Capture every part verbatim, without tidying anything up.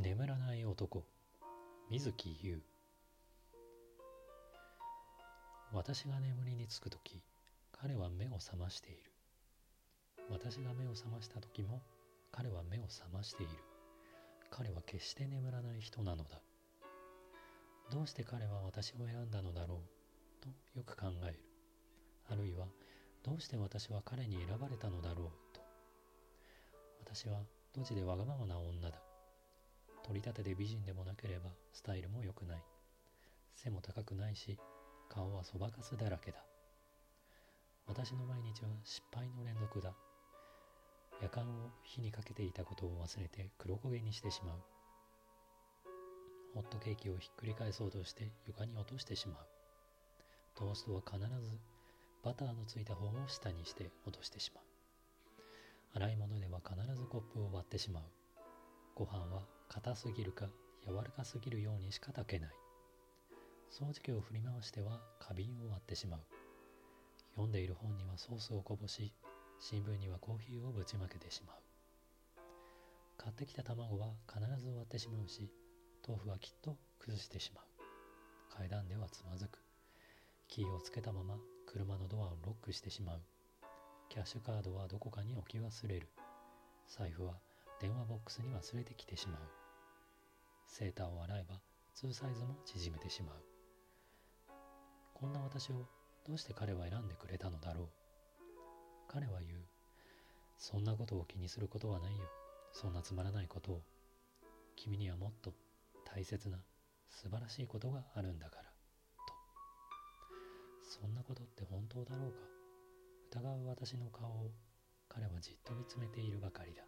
眠らない男、水木優。私が眠りにつくとき、彼は目を覚ましている。私が目を覚ましたときも、彼は目を覚ましている。彼は決して眠らない人なのだ。どうして彼は私を選んだのだろうとよく考える。あるいは、どうして私は彼に選ばれたのだろうと。私はドジでわがままな女だ。取り立てで美人でもなければスタイルも良くない。背も高くないし、顔はそばかすだらけだ。私の毎日は失敗の連続だ。夜間を火にかけていたことを忘れて黒焦げにしてしまう。ホットケーキをひっくり返そうとして床に落としてしまう。トーストは必ずバターのついた方を下にして落としてしまう。洗い物では必ずコップを割ってしまう。ご飯は硬すぎるか柔らかすぎるようにしか炊けない。掃除機を振り回しては花瓶を割ってしまう。読んでいる本にはソースをこぼし、新聞にはコーヒーをぶちまけてしまう。買ってきた卵は必ず割ってしまうし、豆腐はきっと崩してしまう。階段ではつまずく。キーをつけたまま車のドアをロックしてしまう。キャッシュカードはどこかに置き忘れる。財布は電話ボックスに忘れてきてしまう。セーターを洗えばツーサイズも縮めてしまう。こんな私をどうして彼は選んでくれたのだろう。彼は言う。そんなことを気にすることはないよ。そんなつまらないことを。君にはもっと大切な素晴らしいことがあるんだから。と。そんなことって本当だろうか。疑う私の顔を彼はじっと見つめているばかりだ。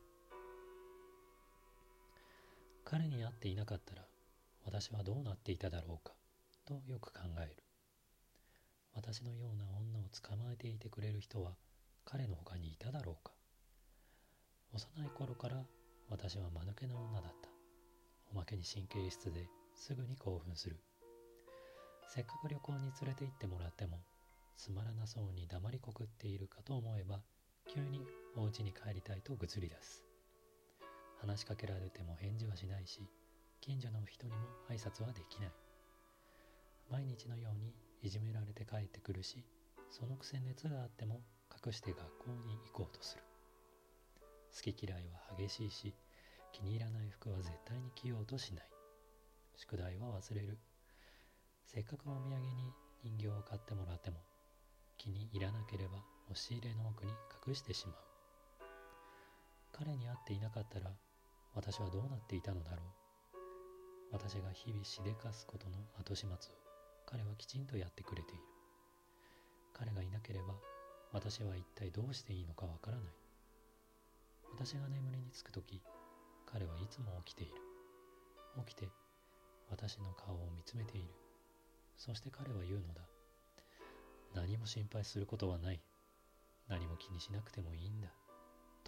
彼に会っていなかったら私はどうなっていただろうかとよく考える。私のような女を捕まえていてくれる人は彼の他にいただろうか。幼い頃から私は間抜けな女だった。おまけに神経質ですぐに興奮する。せっかく旅行に連れて行ってもらってもつまらなそうに黙りこくっているかと思えば急にお家に帰りたいとぐずり出す。話しかけられても返事はしないし、近所の人にも挨拶はできない。毎日のようにいじめられて帰ってくるし、そのくせ熱があっても隠して学校に行こうとする。好き嫌いは激しいし、気に入らない服は絶対に着ようとしない。宿題は忘れる。せっかくお土産に人形を買ってもらっても気に入らなければ押し入れの奥に隠してしまう。彼に会っていなかったら私はどうなっていたのだろう。私が日々しでかすことの後始末を彼はきちんとやってくれている。彼がいなければ私は一体どうしていいのかわからない。私が眠りにつくとき、彼はいつも起きている。起きて私の顔を見つめている。そして彼は言うのだ。何も心配することはない。何も気にしなくてもいいんだ。と。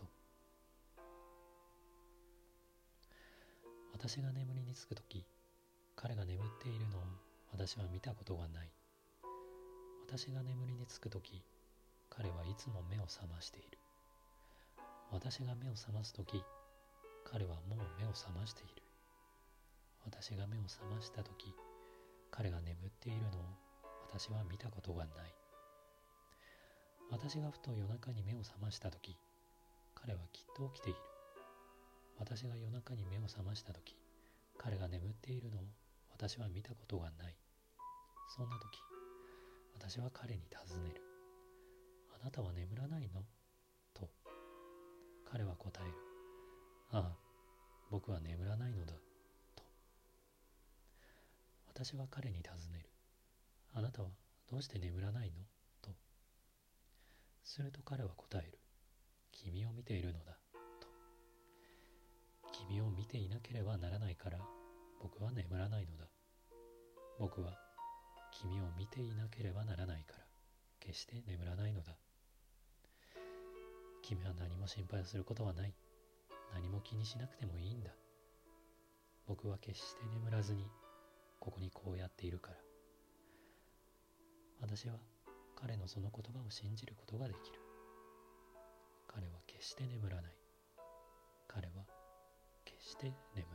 私が眠りにつくとき、彼が眠っているのを私は見たことがない。私が眠りにつくとき、彼はいつも目を覚ましている。私が目を覚ますとき、彼はもう目を覚ましている。私が目を覚ましたとき、彼が眠っているのを私は見たことがない。私がふと夜中に目を覚ましたとき、彼はきっと起きている。私が夜中に目を覚ましたとき、彼が眠っているのを私は見たことがない。そんなとき、私は彼に尋ねる。あなたは眠らないの？と。彼は答える。ああ、僕は眠らないのだ。と。私は彼に尋ねる。あなたはどうして眠らないの？と。すると彼は答える。君を見ているのだ。と。君を見ていなければならないから僕は眠らないのだ。僕は君を見ていなければならないから決して眠らないのだ。君は何も心配することはない。何も気にしなくてもいいんだ。僕は決して眠らずにここにこうやっているから。私は彼のその言葉を信じることができる。彼は決して眠らない。彼は決して眠